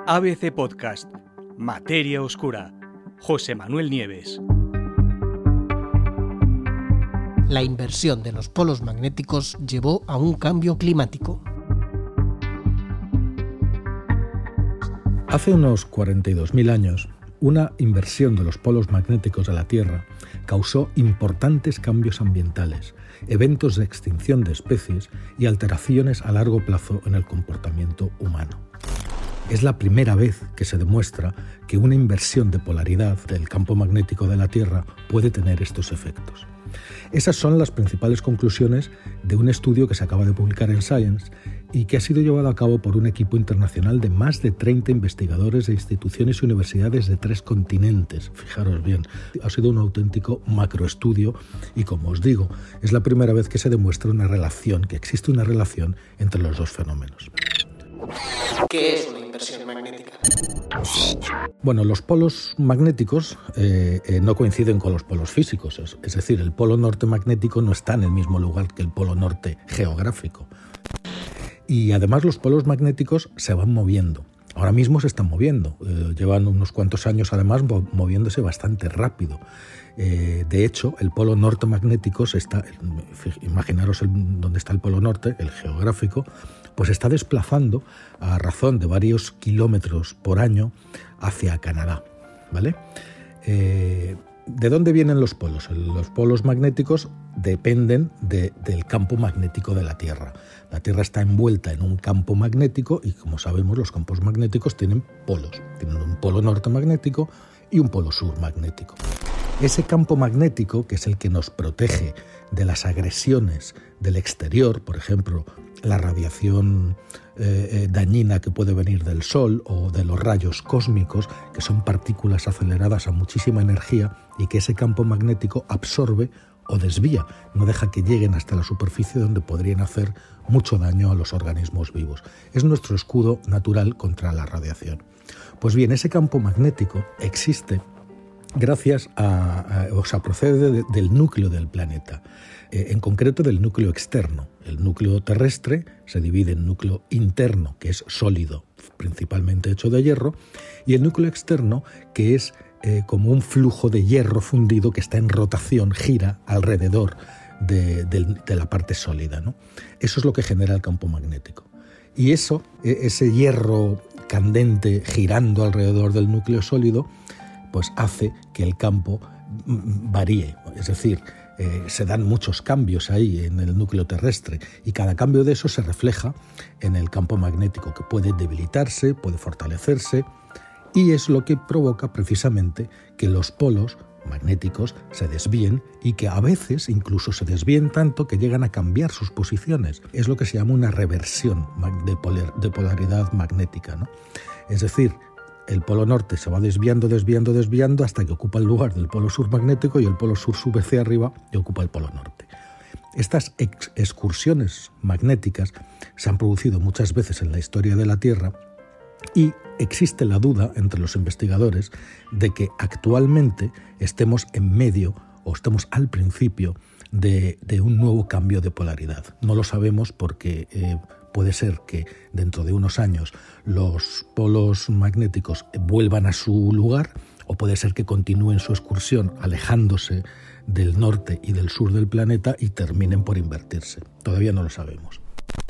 ABC Podcast, Materia Oscura, José Manuel Nieves. La inversión de los polos magnéticos llevó a un cambio climático. Hace unos 42.000 años, una inversión de los polos magnéticos de la Tierra causó importantes cambios ambientales, eventos de extinción de especies y alteraciones a largo plazo en el comportamiento humano. Es la primera vez que se demuestra que una inversión de polaridad del campo magnético de la Tierra puede tener estos efectos. Esas son las principales conclusiones de un estudio que se acaba de publicar en Science y que ha sido llevado a cabo por un equipo internacional de más de 30 investigadores de instituciones y universidades de 3 continentes. Fijaros bien, ha sido un auténtico macroestudio y, como os digo, es la primera vez que se demuestra que existe una relación entre los dos fenómenos. ¿Qué es una inversión magnética? Bueno, los polos magnéticos no coinciden con los polos físicos, es decir, el polo norte magnético no está en el mismo lugar que el polo norte geográfico. Y además los polos magnéticos se van moviendo. Ahora mismo se están moviendo, llevan unos cuantos años además moviéndose bastante rápido. De hecho, el polo norte magnético imaginaros dónde está el polo norte, el geográfico, pues se está desplazando a razón de varios kilómetros por año hacia Canadá, ¿vale? ¿De dónde vienen los polos? Los polos magnéticos dependen del campo magnético de la Tierra. La Tierra está envuelta en un campo magnético y, como sabemos, los campos magnéticos tienen polos. Tienen un polo norte magnético y un polo sur magnético. Ese campo magnético, que es el que nos protege de las agresiones del exterior, por ejemplo, la radiación dañina que puede venir del Sol o de los rayos cósmicos, que son partículas aceleradas a muchísima energía y que ese campo magnético absorbe o desvía, no deja que lleguen hasta la superficie donde podrían hacer mucho daño a los organismos vivos. Es nuestro escudo natural contra la radiación. Pues bien, ese campo magnético existe gracias procede del núcleo del planeta, en concreto del núcleo externo. El núcleo terrestre se divide en núcleo interno, que es sólido, principalmente hecho de hierro, y el núcleo externo, que es como un flujo de hierro fundido que está en rotación, gira alrededor de la parte sólida, ¿no? Eso es lo que genera el campo magnético. Y ese hierro candente girando alrededor del núcleo sólido, pues hace que el campo varíe, es decir, se dan muchos cambios ahí en el núcleo terrestre y cada cambio de eso se refleja en el campo magnético, que puede debilitarse, puede fortalecerse, y es lo que provoca precisamente que los polos magnéticos se desvíen y que a veces incluso se desvíen tanto que llegan a cambiar sus posiciones. Es lo que se llama una reversión de polaridad magnética, ¿no? Es decir, el polo norte se va desviando hasta que ocupa el lugar del polo sur magnético y el polo sur sube hacia arriba y ocupa el polo norte. Estas excursiones magnéticas se han producido muchas veces en la historia de la Tierra y existe la duda entre los investigadores de que actualmente estemos en medio o estemos al principio de un nuevo cambio de polaridad. No lo sabemos porque puede ser que dentro de unos años los polos magnéticos vuelvan a su lugar o puede ser que continúen su excursión alejándose del norte y del sur del planeta y terminen por invertirse. Todavía no lo sabemos.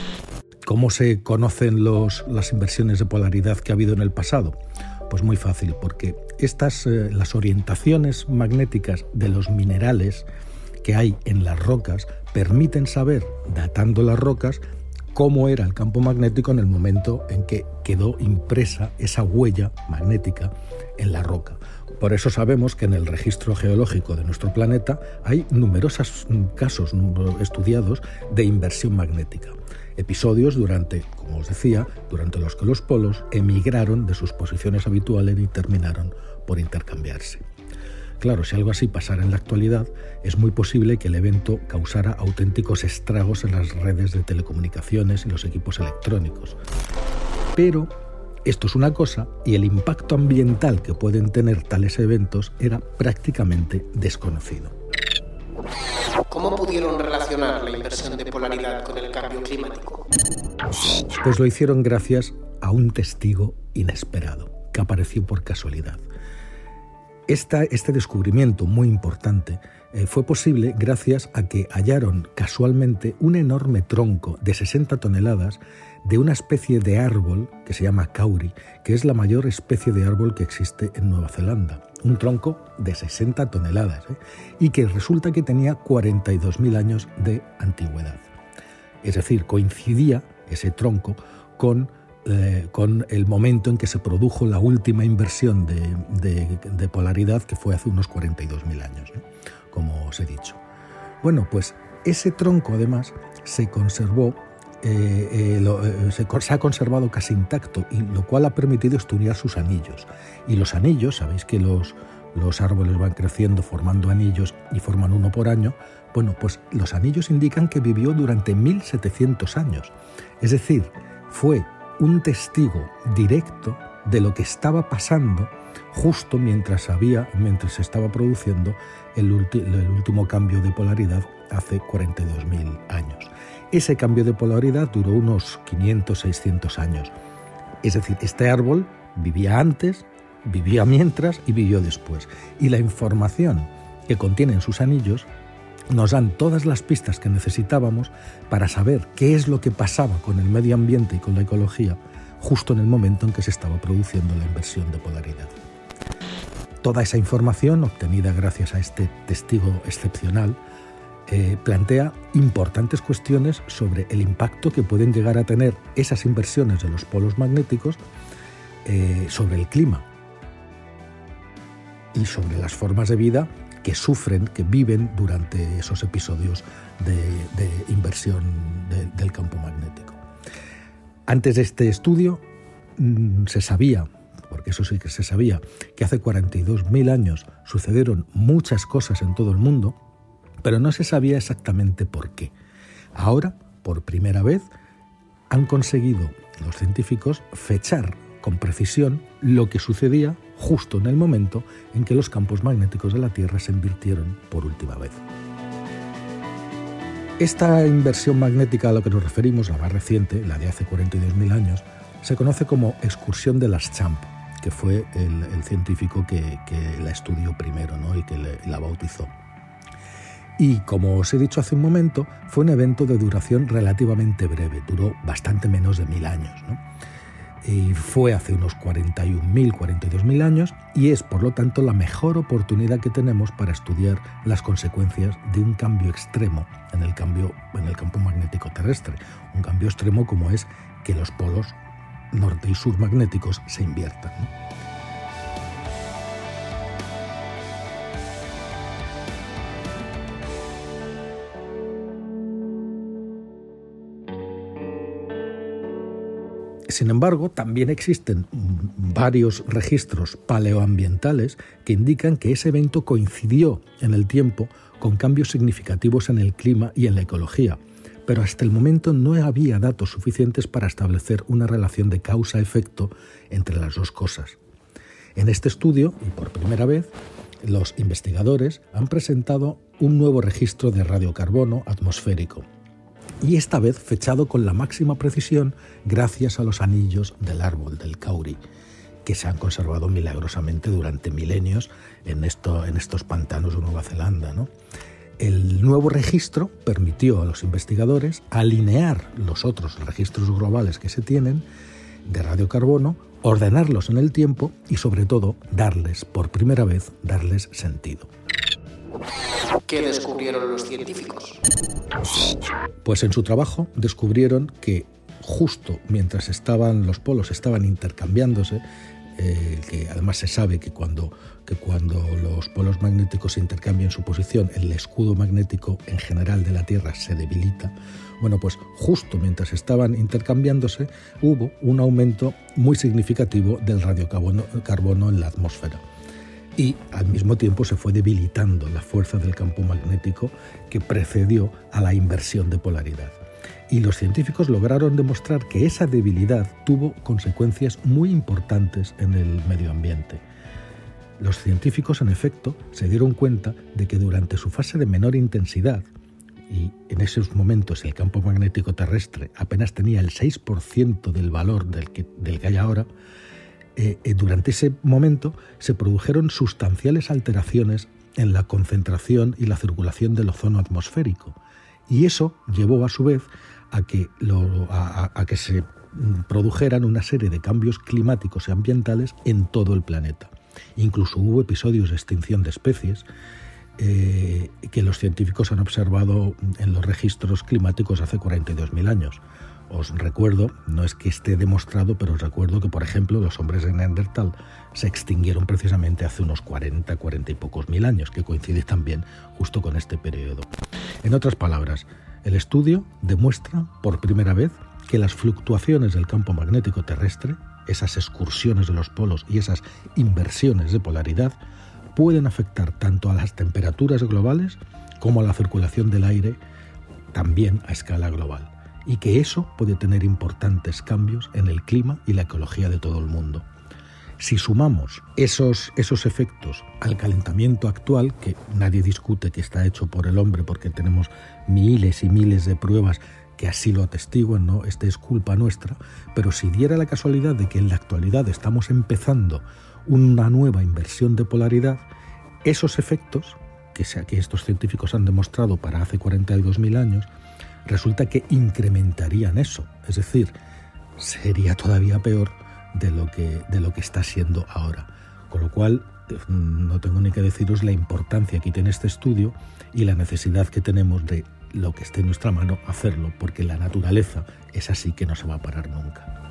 ¿Cómo se conocen las inversiones de polaridad que ha habido en el pasado? Pues muy fácil, porque las orientaciones magnéticas de los minerales que hay en las rocas permiten saber, datando las rocas, cómo era el campo magnético en el momento en que quedó impresa esa huella magnética en la roca. Por eso sabemos que en el registro geológico de nuestro planeta hay numerosos casos estudiados de inversión magnética. Episodios como os decía, durante los que los polos emigraron de sus posiciones habituales y terminaron por intercambiarse. Claro, si algo así pasara en la actualidad, es muy posible que el evento causara auténticos estragos en las redes de telecomunicaciones y los equipos electrónicos. Pero esto es una cosa y el impacto ambiental que pueden tener tales eventos era prácticamente desconocido. ¿Cómo pudieron relacionar la inversión de polaridad con el cambio climático? Pues lo hicieron gracias a un testigo inesperado, que apareció por casualidad. Este descubrimiento muy importante fue posible gracias a que hallaron casualmente un enorme tronco de 60 toneladas de una especie de árbol que se llama kauri, que es la mayor especie de árbol que existe en Nueva Zelanda. Un tronco de 60 toneladas, y que resulta que tenía 42.000 años de antigüedad. Es decir, coincidía ese tronco con el momento en que se produjo la última inversión de polaridad, que fue hace unos 42.000 años, ¿no? Como os he dicho. Bueno, pues ese tronco además se conservó, se ha conservado casi intacto, y lo cual ha permitido estudiar sus anillos. Y los anillos, sabéis que los árboles van creciendo formando anillos y forman uno por año. Bueno, pues los anillos indican que vivió durante 1700 años. Es decir, fue un testigo directo de lo que estaba pasando justo mientras se estaba produciendo el último cambio de polaridad hace 42.000 años. Ese cambio de polaridad duró unos 500, 600 años. Es decir, este árbol vivía antes, vivía mientras y vivió después. Y la información que contienen sus anillos nos dan todas las pistas que necesitábamos para saber qué es lo que pasaba con el medio ambiente y con la ecología justo en el momento en que se estaba produciendo la inversión de polaridad. Toda esa información, obtenida gracias a este testigo excepcional, plantea importantes cuestiones sobre el impacto que pueden llegar a tener esas inversiones de los polos magnéticos sobre el clima y sobre las formas de vida que sufren, que viven durante esos episodios de inversión del campo magnético. Antes de este estudio se sabía, porque eso sí que se sabía, que hace 42.000 años sucedieron muchas cosas en todo el mundo, pero no se sabía exactamente por qué. Ahora, por primera vez, han conseguido los científicos fechar con precisión lo que sucedía justo en el momento en que los campos magnéticos de la Tierra se invirtieron por última vez. Esta inversión magnética a la que nos referimos, la más reciente, la de hace 42.000 años, se conoce como excursión de las Champ, que fue el científico que la estudió primero, ¿no? Y que la bautizó. Y como os he dicho hace un momento, fue un evento de duración relativamente breve, duró bastante menos de 1000 años, ¿no? Y fue hace unos 42.000 años, y es por lo tanto la mejor oportunidad que tenemos para estudiar las consecuencias de un cambio extremo en el campo magnético terrestre. Un cambio extremo como es que los polos norte y sur magnéticos se inviertan, ¿no? Sin embargo, también existen varios registros paleoambientales que indican que ese evento coincidió en el tiempo con cambios significativos en el clima y en la ecología, pero hasta el momento no había datos suficientes para establecer una relación de causa-efecto entre las dos cosas. En este estudio, y por primera vez, los investigadores han presentado un nuevo registro de radiocarbono atmosférico, y esta vez fechado con la máxima precisión gracias a los anillos del árbol del kauri, que se han conservado milagrosamente durante milenios en estos pantanos de Nueva Zelanda, ¿no? El nuevo registro permitió a los investigadores alinear los otros registros globales que se tienen de radiocarbono, ordenarlos en el tiempo y, sobre todo, por primera vez, darles sentido. ¿Qué descubrieron los científicos? Pues en su trabajo descubrieron que justo mientras los polos estaban intercambiándose, que además se sabe que cuando los polos magnéticos se intercambian su posición, el escudo magnético en general de la Tierra se debilita. Bueno, pues justo mientras estaban intercambiándose hubo un aumento muy significativo del radiocarbono en la atmósfera. Y al mismo tiempo se fue debilitando la fuerza del campo magnético que precedió a la inversión de polaridad. Y los científicos lograron demostrar que esa debilidad tuvo consecuencias muy importantes en el medio ambiente. Los científicos, en efecto, se dieron cuenta de que durante su fase de menor intensidad, y en esos momentos el campo magnético terrestre apenas tenía el 6% del valor del que hay ahora, durante ese momento se produjeron sustanciales alteraciones en la concentración y la circulación del ozono atmosférico. Y eso llevó a su vez a que se produjeran una serie de cambios climáticos y ambientales en todo el planeta. Incluso hubo episodios de extinción de especies que los científicos han observado en los registros climáticos hace 42.000 años. Os recuerdo, no es que esté demostrado, pero os recuerdo que, por ejemplo, los hombres de Neandertal se extinguieron precisamente hace unos 40 y pocos mil años, que coincide también justo con este periodo. En otras palabras, el estudio demuestra por primera vez que las fluctuaciones del campo magnético terrestre, esas excursiones de los polos y esas inversiones de polaridad, pueden afectar tanto a las temperaturas globales como a la circulación del aire, también a escala global, y que eso puede tener importantes cambios en el clima y la ecología de todo el mundo. Si sumamos esos efectos al calentamiento actual, que nadie discute que está hecho por el hombre porque tenemos miles y miles de pruebas que así lo atestiguan, ¿no? Este es culpa nuestra, pero si diera la casualidad de que en la actualidad estamos empezando una nueva inversión de polaridad, esos efectos que estos científicos han demostrado para hace 42.000 años, resulta que incrementarían eso. Es decir, sería todavía peor de lo que está siendo ahora. Con lo cual, no tengo ni que deciros la importancia que tiene este estudio y la necesidad que tenemos de lo que esté en nuestra mano hacerlo, porque la naturaleza es así que no se va a parar nunca.